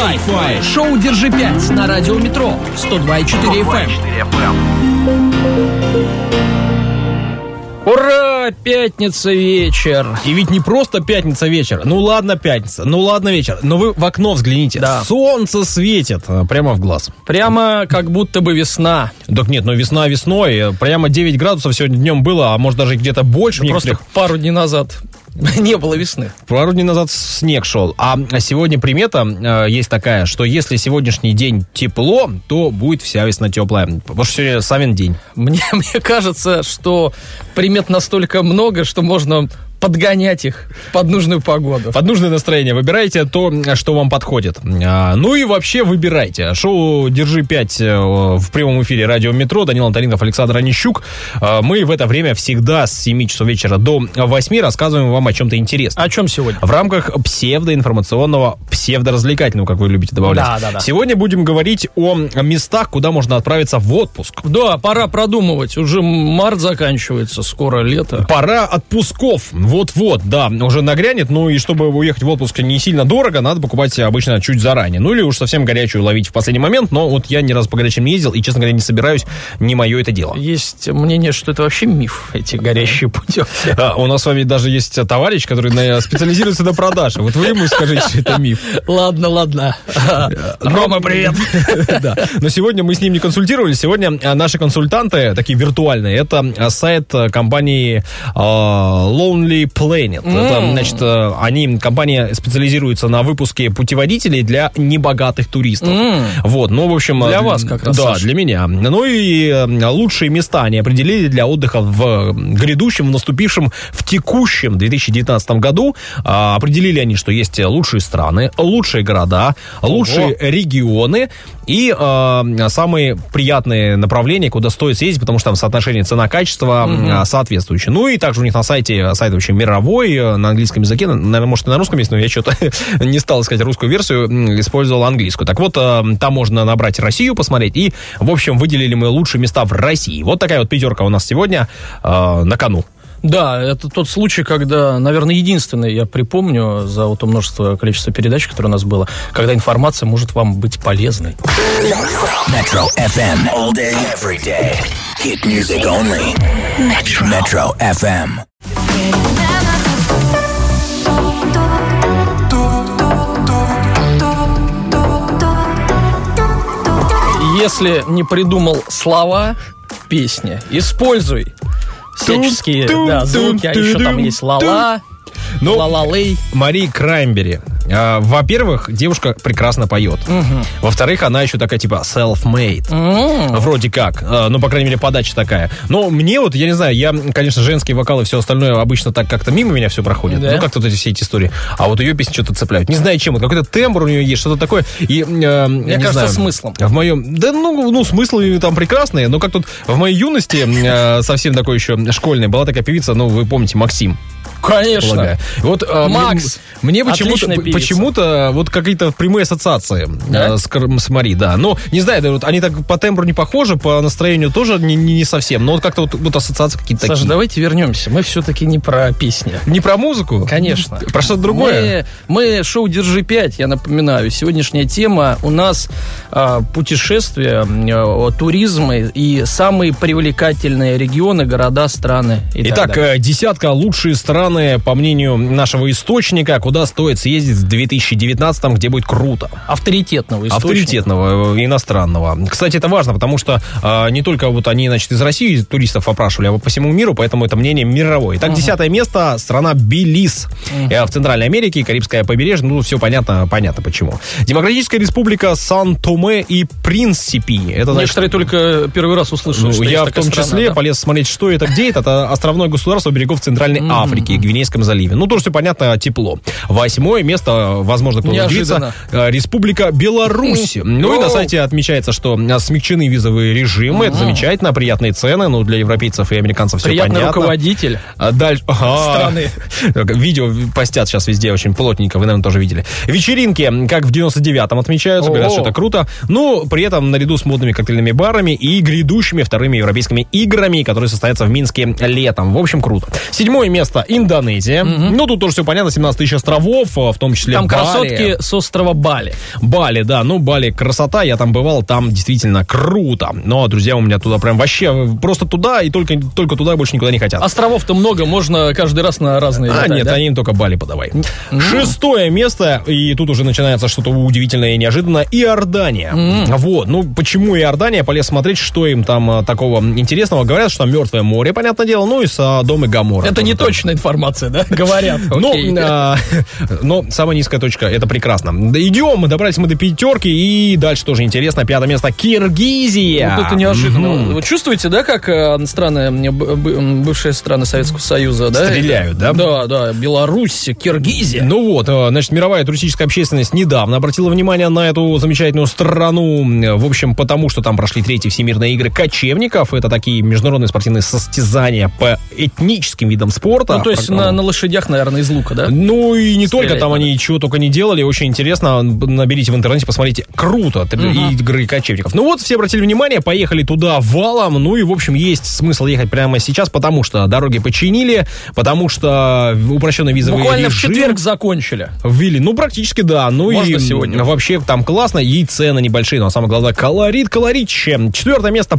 Wi-Fi. Шоу «Держи 5» на радио Метро 102,4 FM. Ура! Пятница вечер. И ведь не просто пятница вечер. Ну ладно пятница, ну ладно вечер. Но вы в окно взгляните. Да. Солнце светит прямо в глаз. Прямо как будто бы весна. Так нет, ну весна весной. Прямо 9 градусов сегодня днем было, а может даже где-то больше. Просто пару дней назад не было весны. Пару дней назад снег шел. А сегодня примета есть такая, что если сегодняшний день тепло, то будет вся весна теплая. Потому что сегодня Савин день. Мне кажется, что примет настолько много, что можно подгонять их под нужную погоду. Под нужное настроение. Выбирайте то, что вам подходит. Ну и вообще выбирайте. Шоу «Держи 5» в прямом эфире радио Метро. Данил Антонинов, Александр Онищук. Мы в это время всегда с 7 часов вечера до 8 рассказываем вам о чем-то интересном. О чем сегодня? В рамках псевдоинформационного, псевдоразвлекательного, как вы любите добавлять. Да. Сегодня будем говорить о местах, куда можно отправиться в отпуск. Да, пора продумывать. Уже март заканчивается, скоро лето. Пора отпусков. Вот-вот, да, уже нагрянет. Ну и чтобы уехать в отпуск не сильно дорого, надо покупать обычно чуть заранее. Ну или уж совсем горячую ловить в последний момент. Но вот я ни разу по горячим не ездил и, честно говоря, не собираюсь. Не мое это дело. Есть мнение, что это вообще миф, эти горящие путевки. У нас с вами даже есть товарищ, который специализируется на продаже. Вот вы ему скажите, что это миф. Ладно. Рома, привет. Да. Но сегодня мы с ним не консультировались. Сегодня наши консультанты, такие виртуальные, это сайт компании Lonely Planet. Это, значит, компания специализируется на выпуске путеводителей для небогатых туристов. Вот, ну, в общем... Для вас как раз, Да, Саша. для меня. Ну и лучшие места они определили для отдыха в грядущем, в наступившем, в текущем 2019 году. Определили они, что есть лучшие страны, лучшие города, лучшие регионы и самые приятные направления, куда стоит съездить, потому что там соотношение цена-качество соответствующее. Ну и также у них на сайте, сайт вообще мировой, на английском языке, наверное, может и на русском есть, но я что-то не стал искать русскую версию, использовал английскую. Так вот, там можно набрать Россию, посмотреть, и, в общем, выделили мы лучшие места в России. Вот такая вот пятерка у нас сегодня на кону. Да, это тот случай, когда, наверное, единственный, я припомню, за вот то множество количества передач, которое у нас было, когда информация может вам быть полезной. Metro FM. All day, every day. Hit music only. Metro FM. Если не придумал слова в песне, используй всяческие звуки, а еще там есть ла-ла, ла-ла-лей. Мари Краймбери. Во-первых, девушка прекрасно поет. Во-вторых, она еще такая, типа, self-made. Вроде как. Ну, по крайней мере, подача такая. Но мне вот, я не знаю, я, конечно, женский вокал и все остальное обычно так как-то мимо меня все проходит. Да? Ну, как-то вот все эти истории. А вот ее песни что-то цепляют. Не знаю, чем. Вот какой-то тембр у нее есть, что-то такое. И, мне кажется, смыслом. В моем... Да, ну, смыслы там прекрасные. Но как тут в моей юности, совсем такой еще школьной, была такая певица, ну, вы помните, Максим. Конечно. Вот, Макс. Мне почему-то вот какие-то прямые ассоциации с Мари, да. Ну, не знаю, вот они так по тембру не похожи, по настроению тоже не совсем, но вот как-то вот ассоциации какие-то Саша, такие. давайте вернемся. Мы все-таки не про песни. Не про музыку? Конечно. Про что-то другое? Мы шоу «Держи 5», я напоминаю. Сегодняшняя тема у нас путешествия, туризм и самые привлекательные регионы, города, страны. Итак, десятка лучшие страны, по мнению нашего источника, куда стоит съездить в 2019-м, где будет круто. Авторитетного источника. Авторитетного, иностранного. Кстати, это важно, потому что не только вот они, значит, из России туристов опрашивали, а по всему миру, поэтому это мнение мировое. Итак, 10-е место, страна Белиз. В Центральной Америке, Карибское побережье, ну, все понятно почему. Демократическая республика Сан-Томе и Принсипи. Это, значит, некоторые только первый раз услышали, что я есть в том страна, числе да? полез смотреть, что это, где это. Это островное государство у берегов Центральной Африки, Гвинейском заливе. Ну, тоже все понятно, тепло. 8-е место, возможно, кто-то удивится, Республика Беларусь. Ну, и на сайте отмечается, что смягчены визовые режимы. Это замечательно, приятные цены. Ну, для европейцев и американцев все понятно. Приятный руководитель дальше страны. Видео постят сейчас везде очень плотненько, вы, наверное, тоже видели. Вечеринки, как в 99-м отмечаются, говорят, что это круто. Ну, при этом наряду с модными коктейльными барами и грядущими вторыми европейскими играми, которые состоятся в Минске летом. В общем, круто. 7-е место, Индонезия. Индонезия. Ну, тут тоже все понятно, 17 тысяч островов, в том числе Там Бали. красотки с острова Бали. Бали, да, ну, Бали красота, я там бывал, там действительно круто. Но, друзья, у меня туда прям вообще просто туда и только туда больше никуда не хотят. Островов-то много, можно каждый раз на разные летать, Нет, да? они им только Бали подавай. 6-е место, и тут уже начинается что-то удивительное и неожиданное, Иордания. Вот, ну, почему Иордания? Полез смотреть, что им там такого интересного. Говорят, что там Мертвое море, понятное дело, ну и Содом и Гоморра. Это не точная информация, да? Говорят. Окей. Но самая низкая точка, это прекрасно. Идем, мы добрались до 5 и дальше тоже интересно. 5-е место Киргизия. Вот это неожиданно. Вы чувствуете, да, как страны, бывшие страны Советского Союза, да? Стреляют, да? Да, Беларусь, Киргизия. Ну вот, значит, мировая туристическая общественность недавно обратила внимание на эту замечательную страну, в общем, потому что там прошли 3-й всемирные игры кочевников. Это такие международные спортивные состязания по этническим видам спорта. Ну, то есть на лошадях, наверное, из лука, да? Ну, и не Стрелять только, там надо. они чего только не делали. Очень интересно, наберите в интернете, посмотрите. Круто, игры кочевников. Ну вот, все обратили внимание, поехали туда валом. Ну и, в общем, есть смысл ехать прямо сейчас, потому что дороги починили, потому что упрощенный визовый Буквально в режим четверг закончили. ввели. Ну, практически, да. Ну Можно и сегодня. вообще там классно, и цены небольшие, но самое главное, колоритище. 4-е место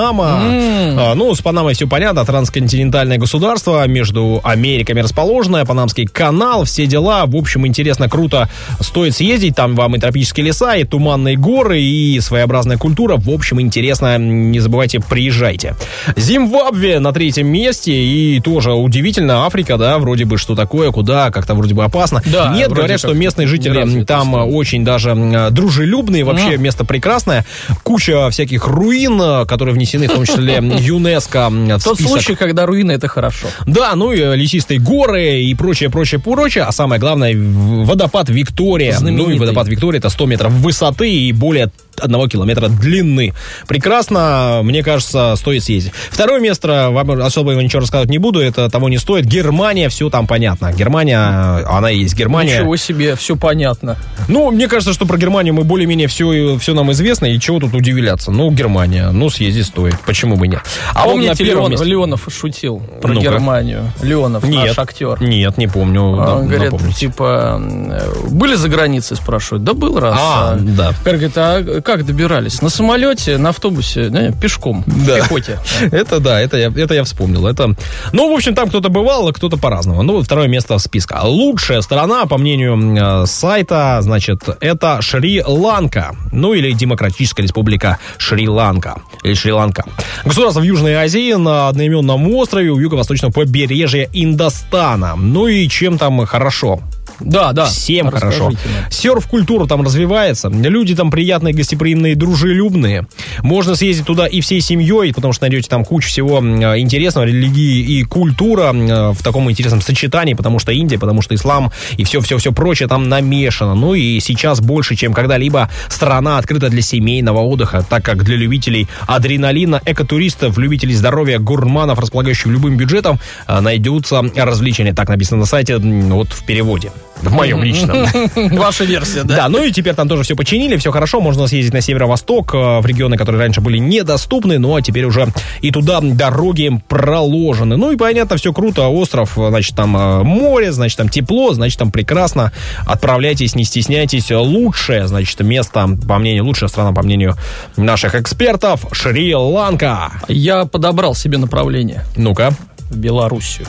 Панама. Ну, с Панамой все понятно, трансконтинентальное государство, между Америками расположенное, Панамский канал, все дела. В общем, интересно, круто, стоит съездить, там вам и тропические леса, и туманные горы, и своеобразная культура. В общем, интересно, не забывайте, приезжайте. Зимбабве на 3-м месте, и тоже удивительно, Африка, да, вроде бы, что такое, куда, как-то вроде бы опасно. Да, нет, вроде говорят, что как местные жители неразвитая там страна. очень даже дружелюбные, вообще место прекрасное. Куча всяких руин, которые внесены, в том числе ЮНЕСКО в Тот список. случай, когда руины — это хорошо. Да, ну и лесистые горы и прочее. А самое главное, водопад Виктория. Ну Знаменитый. и водопад Виктория — это 100 метров высоты и более 1 километра длины. Прекрасно, мне кажется, стоит съездить. 2-е место, вам особо ничего рассказывать не буду, это того не стоит. Германия, все там понятно. Германия, она и есть Германия. Ничего себе, все понятно. Ну, мне кажется, что про Германию мы более-менее все нам известно, и чего тут удивляться. Ну, Германия, ну, съездить стоит, почему бы нет. А вот на помните, первом месте- Леонов шутил про Ну-ка. Германию? Леонов, наш актер. Нет, не помню. Он говорит, напомните. типа, были за границей, спрашивают. Да был раз. Да. Говорит, а как добирались? На самолете, на автобусе, пешком, в пехоте. Это да, это я вспомнил. Ну, в общем, там кто-то бывал, а кто-то по-разному. Ну, вот 2-е место списка. Лучшая страна, по мнению сайта, значит, это Шри-Ланка. Ну, или Демократическая Республика Шри-Ланка. Или Шри-Ланка. Государство в Южной Азии на одноименном острове у юго-восточного побережья Индостана. Ну и чем там хорошо? Да. Всем хорошо. Расскажите нам. Серф-культура там развивается. Люди там приятные, гостеприимные, дружелюбные. Можно съездить туда и всей семьей, потому что найдете там кучу всего интересного, религии и культура в таком интересном сочетании, потому что Индия, потому что ислам и все прочее там намешано. Ну и сейчас больше, чем когда-либо, страна открыта для семейного отдыха, так как для любителей адреналина, экотуристов, любителей здоровья, гурманов, располагающих любым бюджетом, найдутся развлечения. Так написано на сайте, вот в переводе. В моем личном. Ваша версия, да? Да, ну и теперь там тоже все починили, все хорошо, можно съездить на северо-восток, в регионы, которые раньше были недоступны, ну а теперь уже и туда дороги проложены. Ну и понятно, все круто, остров, значит, там море, значит, там тепло, значит, там прекрасно. Отправляйтесь, не стесняйтесь. Лучшее, значит, место, по мнению, лучшая страна, по мнению наших экспертов, Шри-Ланка. Я подобрал себе направление Ну-ка. в Белоруссию.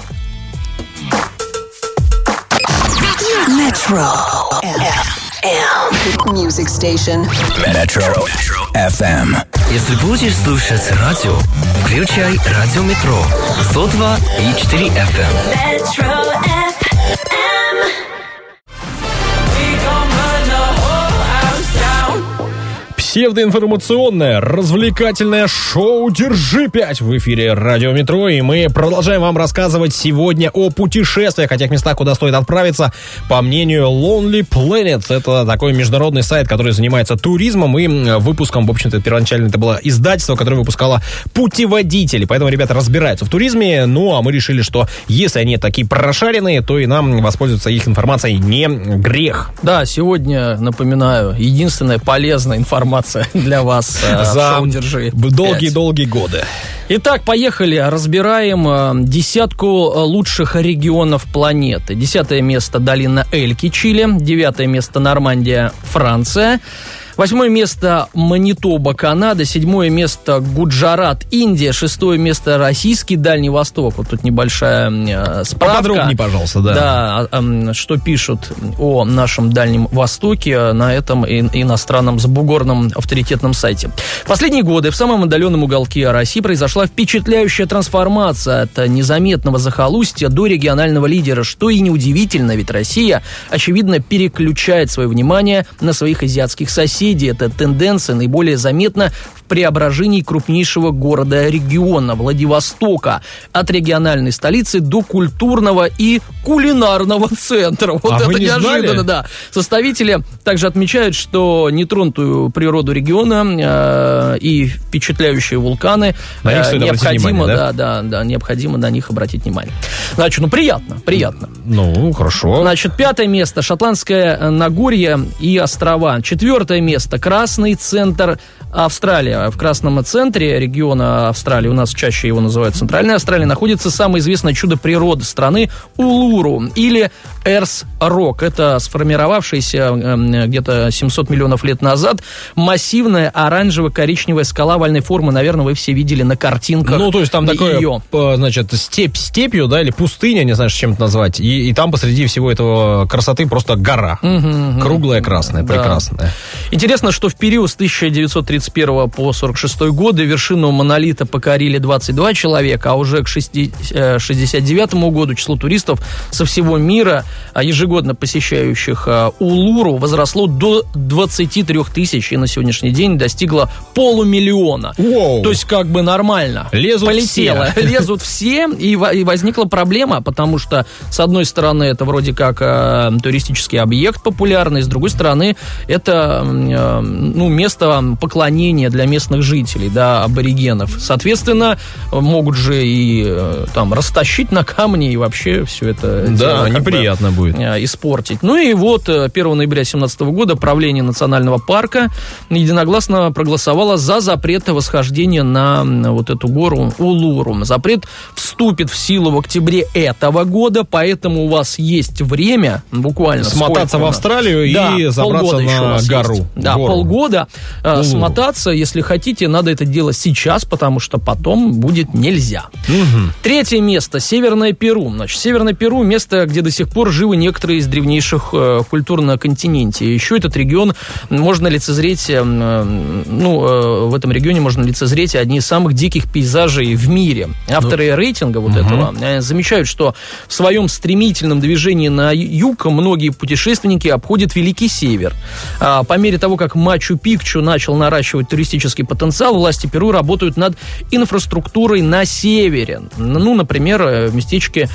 Metro FM. Music station. Metro FM. Если будешь слушать радио, включай радио Метро 102,4 FM. Metro FM. Псевдоинформационное, развлекательное шоу «Держи 5» в эфире Радио Метро, и мы продолжаем вам рассказывать сегодня о путешествиях, о тех местах, куда стоит отправиться, по мнению Lonely Planet. Это такой международный сайт, который занимается туризмом и выпуском, в общем-то, первоначально это было издательство, которое выпускало путеводители, поэтому ребята разбираются в туризме, ну, а мы решили, что если они такие прошаренные, то и нам воспользоваться их информацией не грех. Да, сегодня, напоминаю, единственная полезная информация сенсация для вас в За шоу «Держи». долгие-долгие годы. Итак, поехали. Разбираем десятку лучших регионов планеты. 10 место долина Эльки, Чили. 9 место Нормандия, Франция. 8 место Манитоба, Канада. 7 место Гуджарат, Индия. 6 место Российский Дальний Восток. Вот тут небольшая справка. Поподробнее, пожалуйста, да. Да, что пишут о нашем Дальнем Востоке на этом иностранном забугорном авторитетном сайте. В последние годы в самом отдаленном уголке России произошла впечатляющая трансформация от незаметного захолустья до регионального лидера, что и неудивительно, ведь Россия, очевидно, переключает свое внимание на своих азиатских соседей. Эта тенденция наиболее заметна в преображении крупнейшего города региона Владивостока от региональной столицы до культурного и кулинарного центра. Вот это неожиданно, да. Составители также отмечают, что нетронутую природу региона и впечатляющие вулканы необходимо на них обратить внимание. Значит, приятно. Ну, хорошо. Значит, 5 место Шотландское Нагорье и острова. 4 место Красный центр Австралия. В красном центре региона Австралии, у нас чаще его называют Центральная Австралия, находится самое известное чудо природы страны Улуру или Эрс-Рок. Это сформировавшаяся где-то 700 миллионов лет назад массивная оранжево-коричневая скала овальной формы. Наверное, вы все видели на картинках. Ну, то есть там такое, ее. Значит, степью, да, или пустыня, не знаю, чем это назвать. И там посреди всего этого красоты просто гора. Круглая, красная, прекрасная. Интересно, что в период с 1931 по 1946 годы вершину монолита покорили 22 человека, а уже к 1969 году число туристов со всего мира, ежегодно посещающих Улуру, возросло до 23 тысяч и на сегодняшний день достигло 500 000. Воу. То есть как бы нормально. Полетело. Лезут все, и возникла проблема, потому что, с одной стороны, это вроде как туристический объект популярный, с другой стороны, это место поклонения для местных жителей, да, аборигенов. Соответственно, могут же и там растащить на камни и вообще все это дело, неприятно будет испортить. Ну и вот 1 ноября 2017 года правление национального парка единогласно проголосовало за запрет восхождения на вот эту гору Улуру. Запрет вступит в силу в октябре этого года, поэтому у вас есть время, буквально смотаться в Австралию и забраться на гору. Да, полгода смотаться, если хотите, надо это делать сейчас, потому что потом будет нельзя. 3 место, Северное Перу. Значит, Северное Перу — место, где до сих пор живы некоторые из древнейших культур на континенте. Еще этот регион можно лицезреть, в этом регионе можно лицезреть одни из самых диких пейзажей в мире. Авторы рейтинга этого замечают, что в своем стремительном движении на юг многие путешественники обходят Великий Север. По мере того, как Мачу-Пикчу начал наращивать туристический потенциал, власти Перу работают над инфраструктурой на севере. Например, в местечке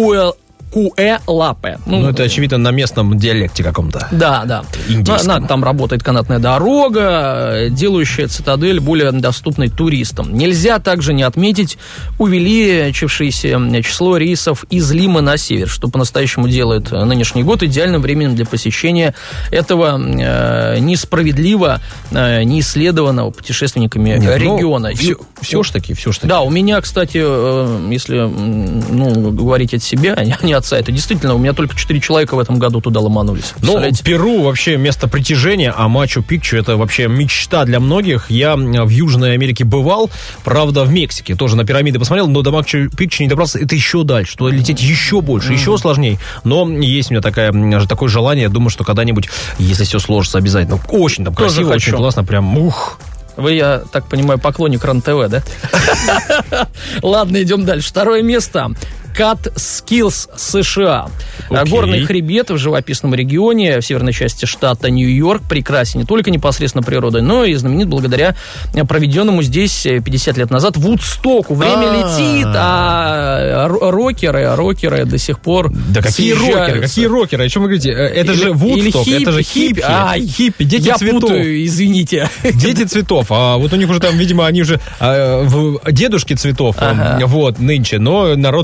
Куэ-Лапе. Это, очевидно, на местном диалекте каком-то. Да. Индийском. Там работает канатная дорога, делающая цитадель более доступной туристам. Нельзя также не отметить увеличившееся число рейсов из Лимы на север, что по-настоящему делает нынешний год идеальным временем для посещения этого несправедливо неисследованного путешественниками региона. Все ж таки. Да, у меня, кстати, если говорить от себя, а не от сайта, действительно, у меня только 4 человека в этом году туда ломанулись. Перу вообще место притяжения, а Мачу-Пикчу — это вообще мечта для многих. Я в Южной Америке бывал, правда, в Мексике тоже на пирамиды посмотрел, но до Мачу-Пикчу не добрался. Это еще дальше, туда лететь еще больше, еще сложнее. Но есть у меня такое желание, я думаю, что когда-нибудь, если все сложится, обязательно. Очень там красиво, очень классно, прям ух. Вы, я так понимаю, поклонник РЕН-ТВ, да? Ладно, идем дальше. 2 место. Catskills, США. Горный хребет в живописном регионе в северной части штата Нью-Йорк прекрасен не только непосредственно природой, но и знаменит благодаря проведенному здесь 50 лет назад Вудстоку. Время летит, а рокеры до сих пор съезжаются. Какие рокеры? О чем вы говорите? Это же Вудсток, это же хиппи. Хиппи, дети цветов. Я путаю, извините. Дети цветов. А вот у них уже там, видимо, они уже дедушки цветов, нынче, но народ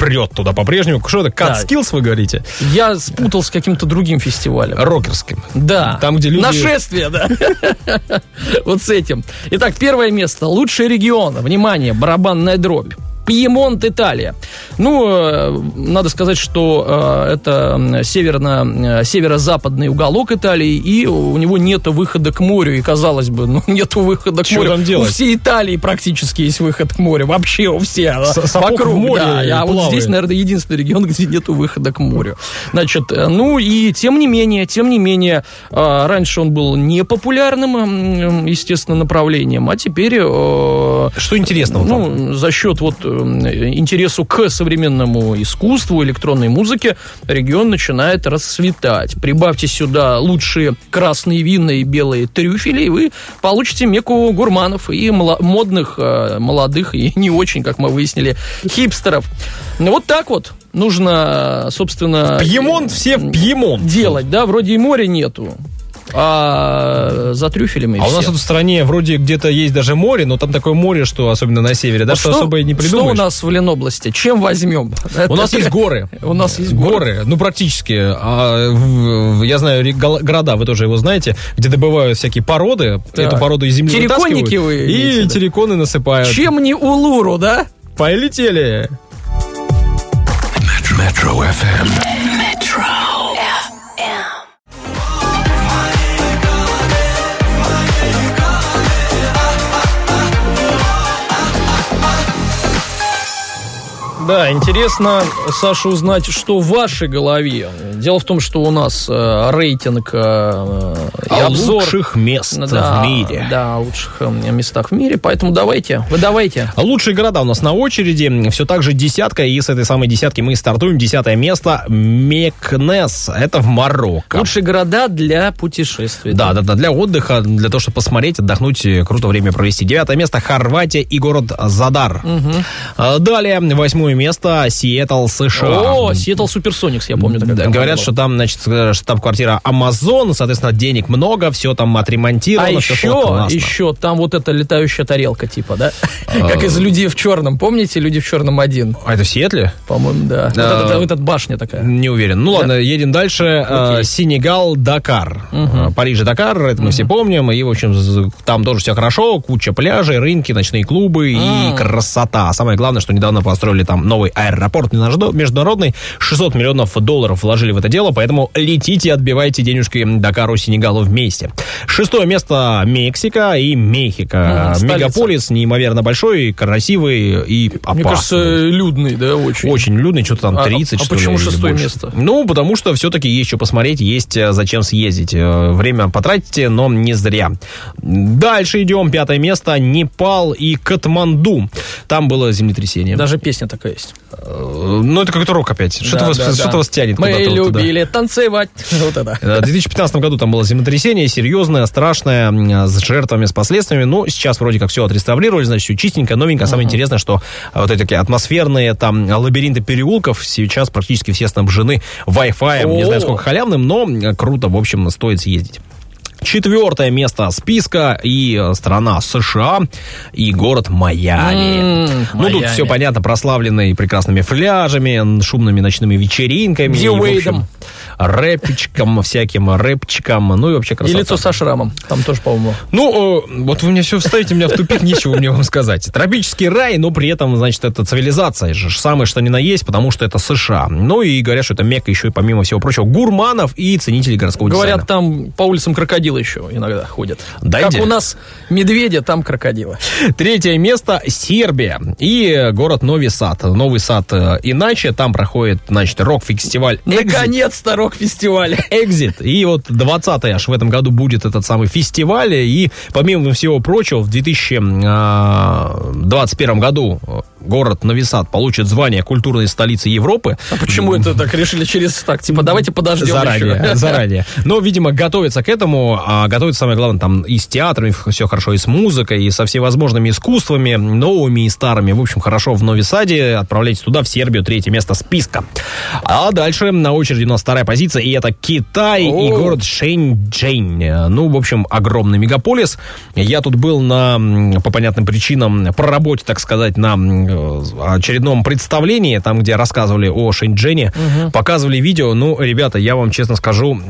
прет туда по-прежнему. Что это, Catskills, вы говорите? Я спутал с каким-то другим фестивалем. Рокерским. Да. Там, где люди... Нашествие, да. Вот с этим. Итак, первое место. Лучший регион. Внимание, барабанная дробь. Пьемонт, Италия. Ну, надо сказать, что это северо-западный уголок Италии, и у него нет выхода к морю. И, казалось бы, нету выхода к морю. Там делать? У всей Италии практически есть выход к морю. Вообще у всех. Вокруг моря. Да. А вот здесь, наверное, единственный регион, где нету выхода к морю. Значит, ну и тем не менее, раньше он был непопулярным, естественно, направлением, а теперь... Что интересного там? Ну, за счет вот интересу к современному искусству, электронной музыке, регион начинает расцветать. Прибавьте сюда лучшие красные вина и белые трюфели, и вы получите мекку гурманов и модных, молодых и не очень, как мы выяснили, хипстеров. Вот так вот нужно, собственно... Пьемонт, все в Пьемонт. Делать, да, вроде и моря нету. А за трюфелями у нас тут в стране вроде где-то есть даже море, но там такое море, что особенно на севере, да, что особо и не придумаешь. Что у нас в Ленобласти? Чем возьмем? У нас есть горы. У нас есть горы. Ну, практически. Я знаю города, вы тоже его знаете, где добывают всякие породы. Так. Эту породу из земли терриконники вытаскивают. вы имеете, И да? терриконы насыпают. Чем не Улуру, да? Полетели. Metro FM. Metro FM. Да, интересно, Саша, узнать, что в вашей голове. Дело в том, что у нас рейтинг и обзор лучших мест в мире. Да, лучших местах в мире. Поэтому давайте, вы давайте. Лучшие города у нас на очереди. Все так же десятка. И с этой самой десятки мы стартуем. 10-е место Мекнес. Это в Марокко. Лучшие города для путешествий. Да, для отдыха, для того, чтобы посмотреть, отдохнуть, круто время провести. 9-е место Хорватия и город Задар. Далее 8-е место Сиэтл, США. О, Сиэтл Суперсоникс, я помню. Да, говорят, что там, значит, штаб-квартира Amazon, соответственно, денег много, все там отремонтировано. А еще там вот эта летающая тарелка, типа, да? Как из «Людей в черном». Помните «Люди в черном 1»? А это в Сиэтле? По-моему, да. Вот эта башня такая. Не уверен. Ну ладно, едем дальше. Сенегал, Дакар. Париж и Дакар, это мы все помним. И, в общем, там тоже все хорошо. Куча пляжей, рынки, ночные клубы и красота. Самое главное, что недавно построили там новый аэропорт международный. $600 миллионов вложили в это дело, поэтому летите, отбивайте денежки Дакару, Сенегалу вместе. 6-е место Мексика и Мехико. Мегаполис неимоверно большой, красивый и опасный. Мне кажется, людный, да, очень. Очень людный, что-то там 30, что ли. А почему 6-е больше. место? Ну, потому что все-таки есть что посмотреть, есть зачем съездить. Время потратите, но не зря. Дальше идем. 5-е место Непал и Катманду. Там было землетрясение. Даже песня такая есть. Ну, это как-то рок опять. Что-то вас тянет Мы куда-то. любили танцевать. Вот это. В 2015 году там было землетрясение, серьезное, страшное, с жертвами, с последствиями. Но сейчас вроде как все отреставрировали, значит, все чистенько, новенько. Самое интересное, что вот эти такие атмосферные там лабиринты переулков сейчас практически все снабжены Wi-Fi. Не знаю, сколько халявным, но круто, в общем, стоит съездить. 4-е место списка и страна США и город Майами. Ну, тут все понятно, прославленный прекрасными пляжами, шумными ночными вечеринками. Дьюэйдом. Рэпчиком, всяким рэпчиком, ну и вообще красота. И лицо со шрамом, там тоже, по-моему. Ну, вот вы мне все вставите, меня в тупик, нечего мне вам сказать. Тропический рай, но при этом, значит, это цивилизация же, самое что ни на есть, потому что это США. Ну и говорят, что это Мекка еще и, помимо всего прочего, гурманов и ценителей городского дизайна. Говорят, там по улицам крокодилы еще иногда ходят. Дайте. Как у нас медведи, там крокодилы. 3-е место Сербия и город Новый Сад. Новый Сад иначе, там проходит, значит, рок-фестиваль. Наконец-то рок-фестиваль. Exit. И вот 20-й аж в этом году будет этот самый фестиваль. И помимо всего прочего, в 2021 году город Новый Сад получит звание культурной столицы Европы. А почему это так решили через так? Типа, давайте подождем заранее. Но, видимо, готовится к этому. А готовится, самое главное, там и с театрами все хорошо, и с музыкой, и со всевозможными искусствами, новыми и старыми. В общем, хорошо в Нови Саде. Отправляйтесь туда, в Сербию, 3-е место списка. А дальше на очереди у нас 2-я позиция, и это Китай и город Шэньчжэнь. Ну, в общем, огромный мегаполис. Я тут был по понятным причинам, по работе, так сказать, на очередном представлении, там, где рассказывали о Шэньчжэне, показывали видео. Ну, ребята, я вам честно скажу,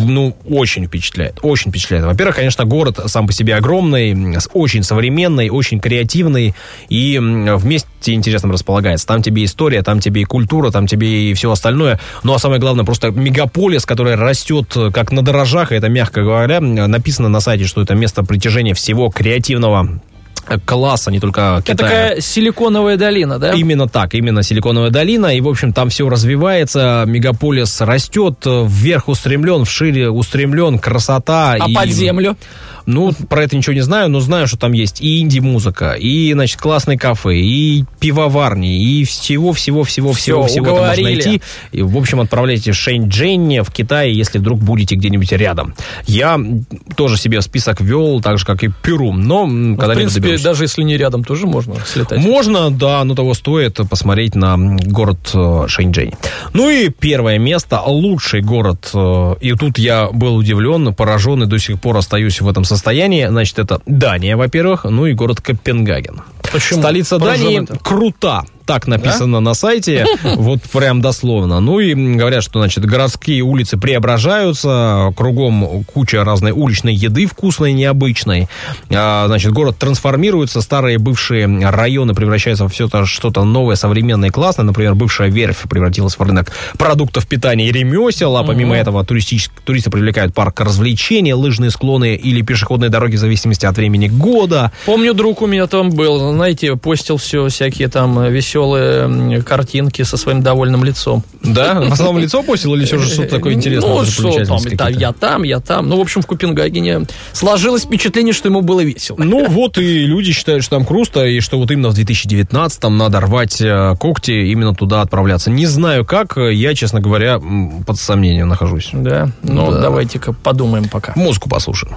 очень впечатляет. Очень впечатляет. Во-первых, конечно, город сам по себе огромный, очень современный, очень креативный и вместе интересно располагается. Там тебе история, там тебе и культура, там тебе и все остальное. Ну, а самое главное, просто мегаполис, который растет как на дрожжах, и это, мягко говоря, написано на сайте, что это место притяжения всего креативного класса, не только Китая. Это такая силиконовая долина, да? Именно так, именно силиконовая долина, и, в общем, там все развивается, мегаполис растет, вверх устремлен, вшире устремлен, красота. А под землю? Ну, про это ничего не знаю, но знаю, что там есть и инди-музыка, и, значит, классные кафе, и пивоварни, и всего там можно найти. И, в общем, отправляйтесь в Шэньчжэнь, в Китай, если вдруг будете где-нибудь рядом. Я тоже себе в список ввел, так же, как и Перу, но когда-нибудь доберусь. В принципе, даже если не рядом, тоже можно слетать. Можно, да, но того стоит посмотреть на город Шэньчжэнь. Ну и первое место, лучший город, и тут я был удивлен, поражен, и до сих пор остаюсь в этом состоянии. Значит, это Дания, во-первых, ну и город Копенгаген. Почему? Столица Дании крута. Так написано на сайте, вот прям дословно. Ну и говорят, что, значит, городские улицы преображаются, кругом куча разной уличной еды вкусной, необычной. Значит, город трансформируется, старые бывшие районы превращаются в все что-то новое, современное и классное. Например, бывшая верфь превратилась в рынок продуктов питания и ремесел, а помимо этого туристы привлекают парк развлечений, лыжные склоны или пешеходные дороги в зависимости от времени года. Помню, друг у меня там был, знаете, постил все всякие там веселые картинки со своим довольным лицом. Да? В основном лицо постил или все же что-то такое интересное? Ну, что там, я там. Ну, в общем, в Копенгагене сложилось впечатление, что ему было весело. Ну, вот и люди считают, что там круто, и что вот именно в 2019-м надо рвать когти, именно туда отправляться. Не знаю как, я, честно говоря, под сомнением нахожусь. Да? Ну, да. Давайте-ка подумаем пока. Музыку послушаем.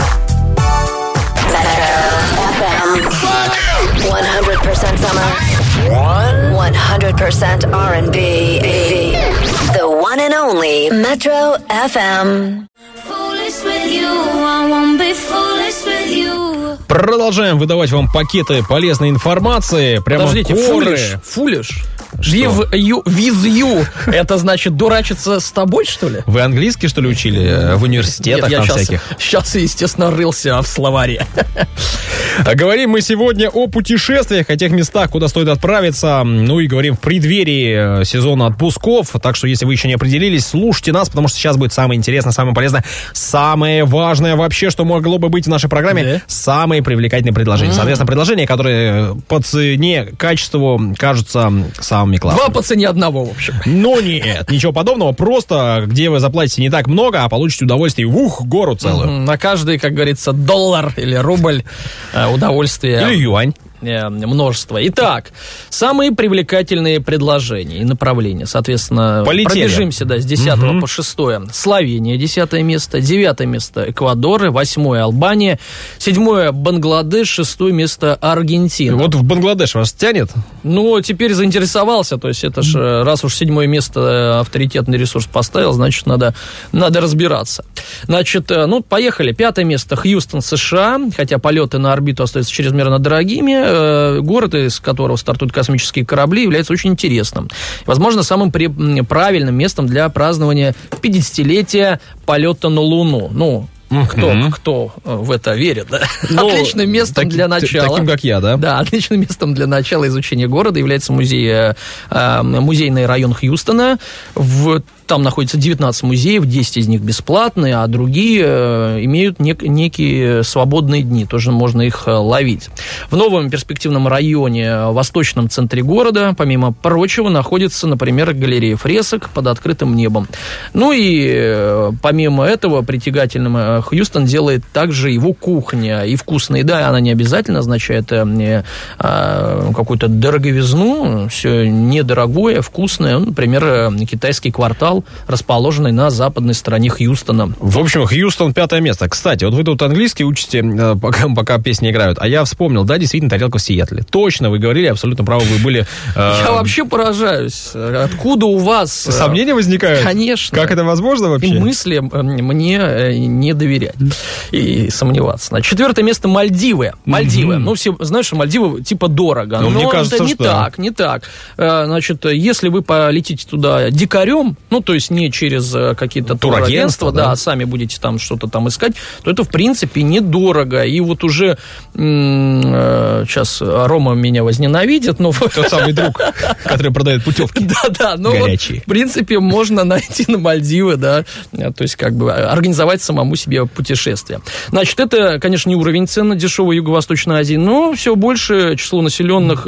100% summer, 100% R&B. The one and only Metro FM. Foolish with you, I won't be foolish with you. Продолжаем выдавать вам пакеты полезной информации. Прямо подождите, фулиш? With you. Это значит дурачиться с тобой, что ли? Вы английский, что ли, учили в университетах? Нет, я всяких? Сейчас, естественно, рылся в словаре. Говорим мы сегодня о путешествиях, о тех местах, куда стоит отправиться. Ну и говорим в преддверии сезона отпусков. Так что, если вы еще не определились, слушайте нас, потому что сейчас будет самое интересное, самое полезное, самое важное вообще, что могло бы быть в нашей программе. Да. Самые привлекательные предложения. Соответственно, предложения, которые по цене, качеству кажутся самыми классными. 2 по цене одного, в общем. Но нет, ничего подобного. Просто, где вы заплатите не так много, а получите удовольствие, гору целую. На каждый, как говорится, доллар или рубль удовольствия. Или юань. Множество. Итак, самые привлекательные предложения и направления. Соответственно, пробежимся с 10 по 6. Словения, 10 место. 9 место Эквадор, 8 Албания, 7 Бангладеш, 6 место Аргентина. Вот в Бангладеш вас тянет? Ну, теперь заинтересовался. То есть это ж, раз уж 7 место авторитетный ресурс поставил, значит, надо разбираться. Значит, поехали. 5 место Хьюстон, США. Хотя полеты на орбиту остаются чрезмерно дорогими. Город, из которого стартуют космические корабли, является очень интересным. Возможно, самым правильным местом для празднования 50-летия полета на Луну. Ну, кто в это верит, да? Отличным местом для начала. Таким, как я, да? Да, отличным местом для начала изучения города является музейный район Хьюстона. Там находится 19 музеев, 10 из них бесплатные, а другие имеют некие свободные дни, тоже можно их ловить. В новом перспективном районе, в восточном центре города, помимо прочего, находится, например, галерея фресок под открытым небом. Ну и помимо этого притягательным Хьюстон делает также его кухня. И вкусная еда, она не обязательно означает какую-то дороговизну, все недорогое, вкусное. Например, китайский квартал квартал, расположенный на западной стороне Хьюстона. В общем, Хьюстон 5-е место. Кстати, вот вы тут английский учите, пока песни играют. А я вспомнил, да, действительно, тарелка в Сиэтле. Точно, вы говорили, абсолютно правы, вы были... Я вообще поражаюсь. Откуда у вас... Сомнения возникают? Конечно. Как это возможно вообще? И мысли мне не доверять и сомневаться. Значит, 4-е место Мальдивы. Мальдивы. Ну, все знают, что Мальдивы типа дорого. Но мне кажется, это не что... не так. Значит, если вы полетите туда дикарем, ну, то есть не через какие-то турагентства, да, а сами будете там что-то там искать, то это, в принципе, недорого. И вот уже сейчас Рома меня возненавидит, но... Тот самый друг, который продает путевки. Да, но вот, в принципе, можно найти на Мальдивы, да, то есть как бы организовать самому себе путешествие. Значит, это, конечно, не уровень цен на дешевой Юго-Восточной Азии, но все больше число населенных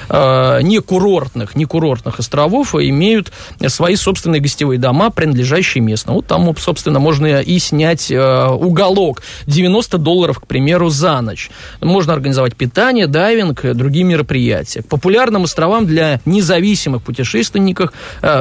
некурортных островов имеют свои собственные гостевые дома, принадлежащие местным. Вот там, собственно, можно и снять уголок. $90, к примеру, за ночь. Можно организовать питание, дайвинг, другие мероприятия. К популярным островам для независимых путешественников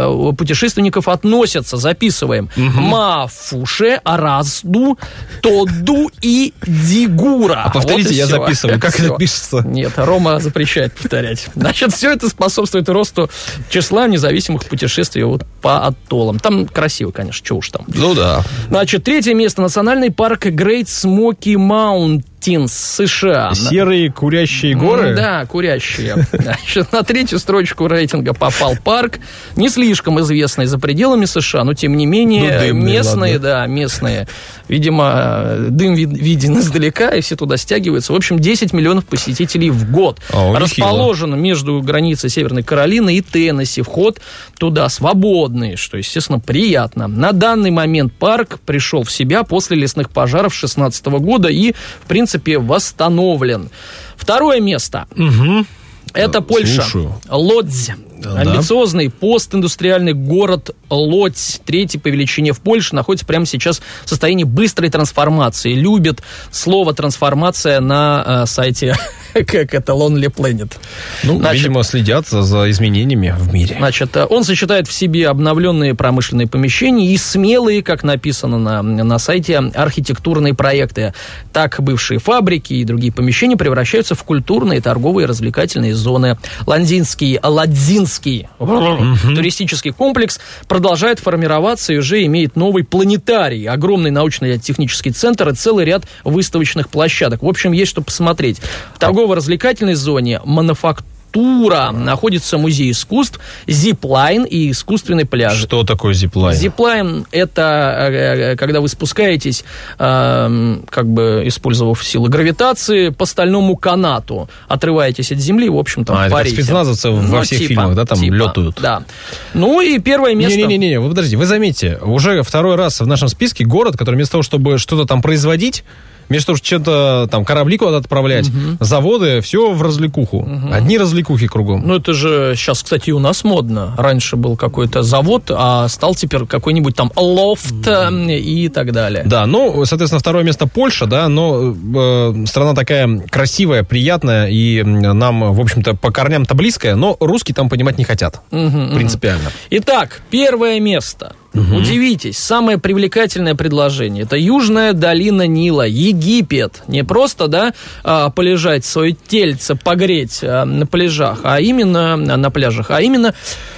относятся, записываем, Мафуше, Аразду, Тодду и Дигура. А повторите, вот я записываю. Как это пишется? Нет, Рома запрещает повторять. Значит, все это способствует росту числа независимых путешествий вот по атоллам. Там красиво, конечно, что уж там. Ну да. Значит, 3-е место. Национальный парк Great Smoky Mountains, США. Серые курящие горы? Да, курящие. Значит, на 3-ю строчку рейтинга попал парк, не слишком известный за пределами США, но тем не менее местные, видимо, дым виден издалека, и все туда стягиваются. В общем, 10 миллионов посетителей в год. Расположен между границей Северной Каролины и Теннесси. Вход туда свободный, что, естественно, приятно. На данный момент парк пришел в себя после лесных пожаров 2016 года и, в принципе, восстановлен. 2-е место. Это Польша. Слушаю. Лодзь. Амбициозный постиндустриальный город Лодзь, 3-й по величине в Польше, находится прямо сейчас в состоянии быстрой трансформации. Любит слово «трансформация» на сайте, как это, Lonely Planet. Ну, значит, видимо, следят за изменениями в мире. Значит, он сочетает в себе обновленные промышленные помещения и смелые, как написано на сайте, архитектурные проекты. Так, бывшие фабрики и другие помещения превращаются в культурные, торговые и развлекательные зоны. Ладзинский туристический комплекс продолжает формироваться и уже имеет новый планетарий, огромный научно-технический центр и целый ряд выставочных площадок. В общем, есть что посмотреть. В торгово-развлекательной зоне находится музей искусств, зиплайн и искусственный пляж. Что такое зиплайн? Зиплайн – это когда вы спускаетесь, как бы использовав силы гравитации, по стальному канату, отрываетесь от земли, в общем, там парите. Это спецназовцы во всех фильмах, да, там летают. Да. Ну и 1-е место. Не-не-не, вы подождите, вы заметьте, уже 2-й раз в нашем списке город, который вместо того, чтобы что-то там производить, вместо того, чтобы что-то там корабли куда-то отправлять, заводы, все в развлекуху. Одни развлекухи кругом. Ну, это же сейчас, кстати, у нас модно. Раньше был какой-то завод, а стал теперь какой-нибудь там лофт и так далее. Да, ну, соответственно, 2-е место Польша, да, но страна такая красивая, приятная, и нам, в общем-то, по корням-то близкая, но русские там понимать не хотят. Принципиально. Итак, 1-е место. Удивитесь, самое привлекательное предложение. Это Южная долина Нила, Египет. Не просто, да, полежать, свое тельце погреть на пляжах, а именно на пляжах, а именно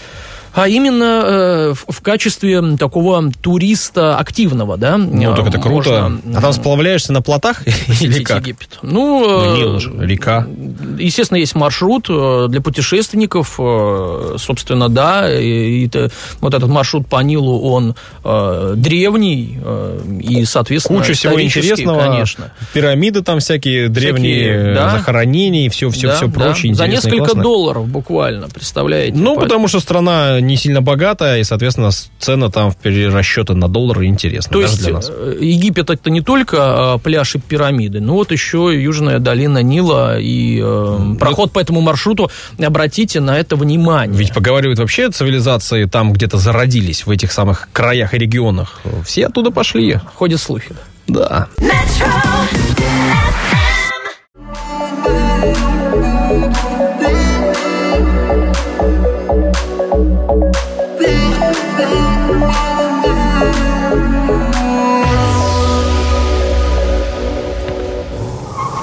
в качестве такого туриста активного, да. Ну, так это круто. А там сплавляешься на плотах или как? Египет. Ну, Нил же, река. Естественно, есть маршрут для путешественников, собственно, да, и вот этот маршрут по Нилу, он древний и, соответственно, куча всего интересного, конечно. Пирамиды там всякие древние, да? Захоронения и все прочее. За несколько $, буквально, представляете? Ну, потому что страна не сильно богатая, и, соответственно, цена там в перерасчеты на доллары интересна. То есть для нас. Египет это не только пляж и пирамиды, но вот еще Южная долина Нила и проход по этому маршруту. Обратите на это внимание. Ведь поговаривают вообще цивилизации там где-то зародились, в этих самых краях и регионах. Все оттуда пошли. Ходят слухи. Да.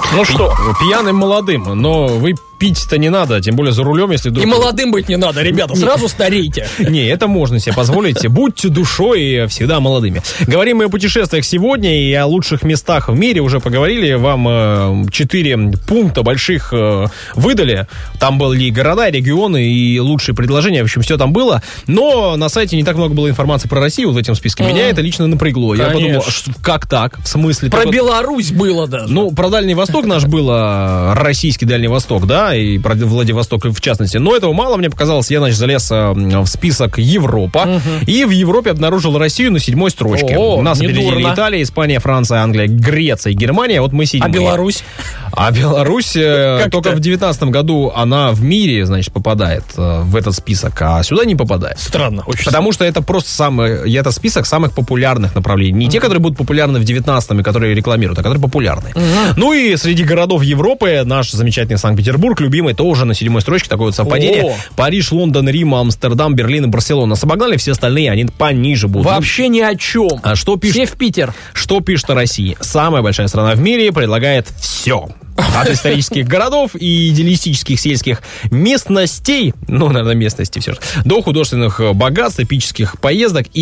Ну что? Пьяным молодым, но вы пить-то не надо, тем более за рулем, если вдруг... И молодым быть не надо, ребята, сразу старейте. Не, это можно себе позволить. Будьте душой всегда молодыми. Говорим мы о путешествиях сегодня и о лучших местах в мире. Уже поговорили, вам 4 пункта больших выдали. Там были и города, и регионы, и лучшие предложения. В общем, все там было. Но на сайте не так много было информации про Россию вот в этом списке. Меня это лично напрягло. Конечно. Я подумал, как так? В смысле? Про Беларусь было даже. Ну, про Дальний Восток наш было, российский Дальний Восток, да, и про Владивосток в частности. Но этого мало, мне показалось. Я, значит, залез в список Европа. И в Европе обнаружил Россию на 7-й строчке. Нас опередили Италия, Испания, Франция, Англия, Греция и Германия. Вот мы 7-е. А Беларусь? А Беларусь только в 19 году она в мире, значит, попадает в этот список, а сюда не попадает. Странно, очень. Потому что это просто это список самых популярных направлений. Не те, которые будут популярны в 19-м и которые рекламируют, а которые популярны. Ну и среди городов Европы наш замечательный Санкт-Петербург, любимый, тоже на 7-й строчке, такое вот совпадение. Париж, Лондон, Рим, Амстердам, Берлин и Барселона. Нас обогнали, все остальные, они пониже будут. Вообще ни о чем. А что пишет? Все в Питер. Что пишет о России? Самая большая страна в мире предлагает все. От исторических городов и идеалистических сельских местностей, ну, наверное, местности все же, до художественных богатств, эпических поездок и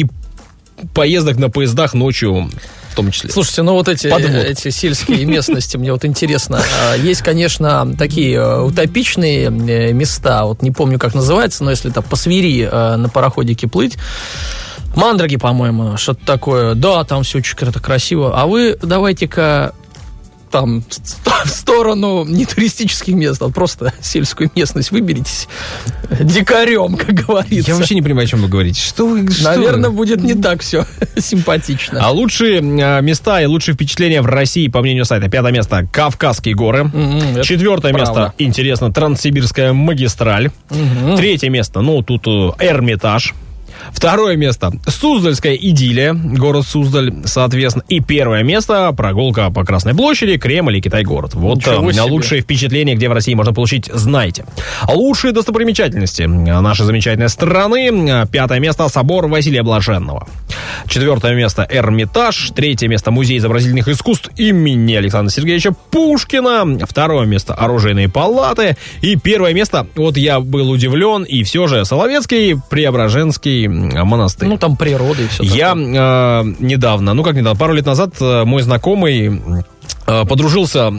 поездок на поездах ночью в том числе. Слушайте, ну вот эти сельские местности, мне вот интересно. Есть, конечно, такие утопичные места, вот не помню, как называется, но если там по Свири на пароходике плыть, Мандраги, по-моему, что-то такое. Да, там все очень красиво. А вы давайте-ка там в сторону не туристических мест, а просто сельскую местность выберитесь дикарем, как говорится. Я вообще не понимаю, о чем вы говорите. Наверное, будет не так все симпатично. А лучшие места и лучшие впечатления в России, по мнению сайта. 5-е место — Кавказские горы. 4-е место, интересно, Транссибирская магистраль. 3-е место, ну, тут Эрмитаж. 2-е место — Суздальская идиллия, город Суздаль, соответственно. И 1-е место — прогулка по Красной площади, Кремль и Китай-город. Вот лучшие впечатления, где в России можно получить, знаете. Лучшие достопримечательности нашей замечательной страны. 5-е место — собор Василия Блаженного. 4-е место — Эрмитаж. 3-е место — музей изобразительных искусств имени Александра Сергеевича Пушкина. 2-е место — оружейные палаты. И 1-е место, вот я был удивлен, и все же Соловецкий Преображенский монастырь. Ну, там природа и все я недавно, пару лет назад мой знакомый подружился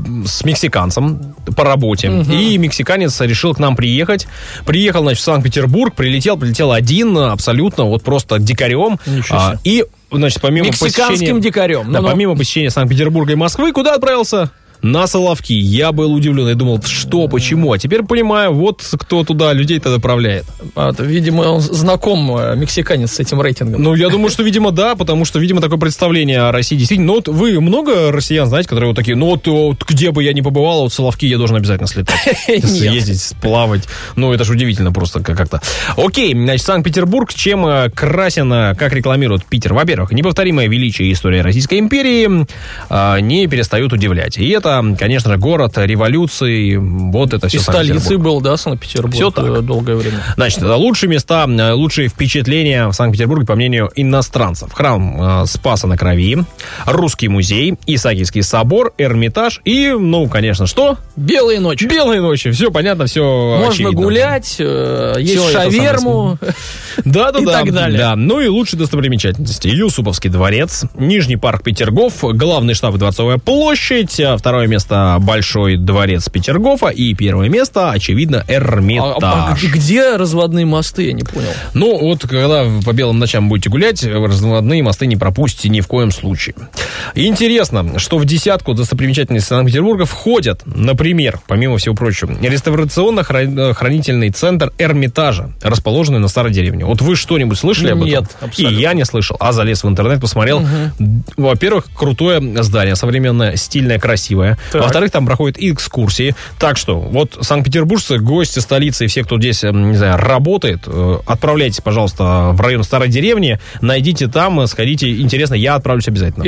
с мексиканцем по работе, и мексиканец решил к нам приехать. Приехал, значит, в Санкт-Петербург, прилетел один, абсолютно, вот просто дикарем. И, значит, помимо мексиканским дикарем. Да, помимо посещения Санкт-Петербурга и Москвы, куда отправился? На Соловки. Я был удивлен. Я думал, что, почему? А теперь понимаю, вот кто туда людей-то направляет. Видимо, он знаком, мексиканец, с этим рейтингом. Ну, я думаю, что, видимо, да, потому что, видимо, такое представление о России действительно. Ну, вот вы много россиян знаете, которые вот такие, ну, вот где бы я ни побывал, вот в Соловки я должен обязательно слетать. Съездить, сплавать. Ну, это же удивительно просто как-то. Окей, значит, Санкт-Петербург чем красен, как рекламирует Питер? Во-первых, неповторимое величие и история Российской империи не перестают удивлять. И это, конечно же, город революции, вот это все. И столицей был, да, Санкт-Петербург? Все так. Долгое время. Значит, лучшие места, лучшие впечатления в Санкт-Петербурге, по мнению иностранцев. Храм Спаса на Крови, Русский музей, Исаакиевский собор, Эрмитаж и, ну, конечно, что? Белые ночи. Белые ночи, все понятно, все можно очевидно. Гулять, есть шаверму и так далее. Да. Ну и лучшие достопримечательности. Юсуповский дворец, Нижний парк Петергоф, главный штаб и Дворцовая площадь, 2-е место — Большой дворец Петергофа, и 1-е место, очевидно, Эрмитаж. Где разводные мосты, я не понял. Ну, вот когда по белым ночам будете гулять, разводные мосты не пропустите ни в коем случае. Интересно, что в десятку достопримечательностей Санкт-Петербурга входят, например, помимо всего прочего, реставрационно-хранительный центр Эрмитажа, расположенный на старой деревне. Вот вы что-нибудь слышали об этом? Нет, абсолютно. И я не слышал, а залез в интернет, посмотрел. Во-первых, крутое здание, современное, стильное, красивое. Так. Во-вторых, там проходят экскурсии. Так что, вот санкт-петербуржцы, гости столицы и все, кто здесь, не знаю, работает, отправляйтесь, пожалуйста, в район старой деревни, найдите там, сходите. Интересно, я отправлюсь обязательно. И еще что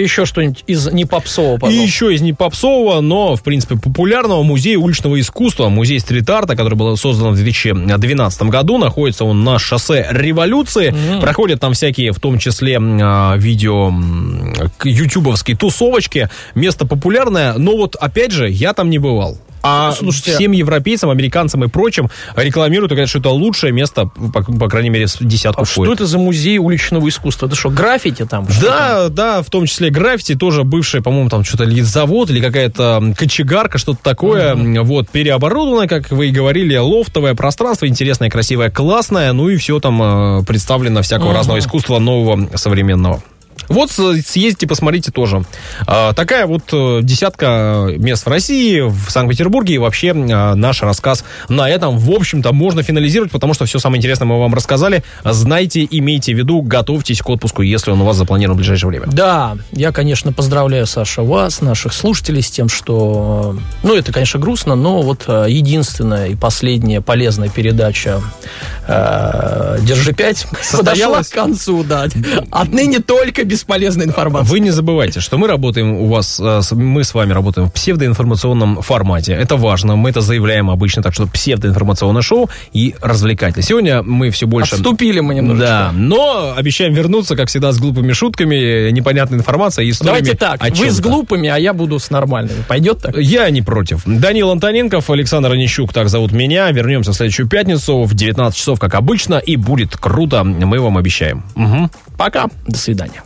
что-нибудь из непопсового, И пожалуйста. еще из непопсового, но, в принципе, популярного музея уличного искусства, музей стрит-арта, который был создан в 2012 году. Находится он на шоссе Революции. Проходят там всякие, в том числе, видео ютубовские тусовочки. Место популярное, но вот, опять же, я там не бывал. А Слушайте, всем европейцам, американцам и прочим рекламируют и говорят, что это лучшее место, по крайней мере, в десятку а что входит. это за музей уличного искусства? Это что, граффити там? Что там? Да, в том числе граффити, тоже бывший, по-моему, там что-то ли завод, или какая-то кочегарка, что-то такое. Вот, переоборудовано, как вы и говорили, лофтовое пространство, интересное, красивое, классное, ну и все там представлено всякого разного искусства нового, современного. Вот съездите, посмотрите тоже. Такая вот десятка мест в России, в Санкт-Петербурге, и вообще наш рассказ на этом, в общем-то, можно финализировать, потому что все самое интересное мы вам рассказали. Знайте, имейте в виду, готовьтесь к отпуску, если он у вас запланирован в ближайшее время. Да, я, конечно, поздравляю, Саша, вас, наших слушателей с тем, что... Ну, это, конечно, грустно, но вот единственная и последняя полезная передача «Держи 5» подошла к концу, да. Отныне только бесполезная информация. Вы не забывайте, что мы работаем у вас, мы с вами работаем в псевдоинформационном формате. Это важно, мы это заявляем обычно, так что псевдоинформационное шоу и развлекательное. Сегодня мы все больше... Отступили мы немножечко. Да, но обещаем вернуться, как всегда, с глупыми шутками, непонятной информацией, историями. Давайте так, о вы чем-то. с глупыми, а я буду с нормальными. Пойдет так? Я не против. Данил Антоненков, Александр Онищук, так зовут меня. Вернемся в следующую пятницу в 19 часов, как обычно, и будет круто, мы вам обещаем. Угу. Пока. До свидания.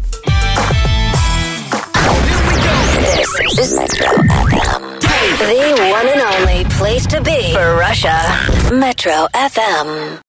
This is Metro FM. The one and only place to be for Russia. Metro FM.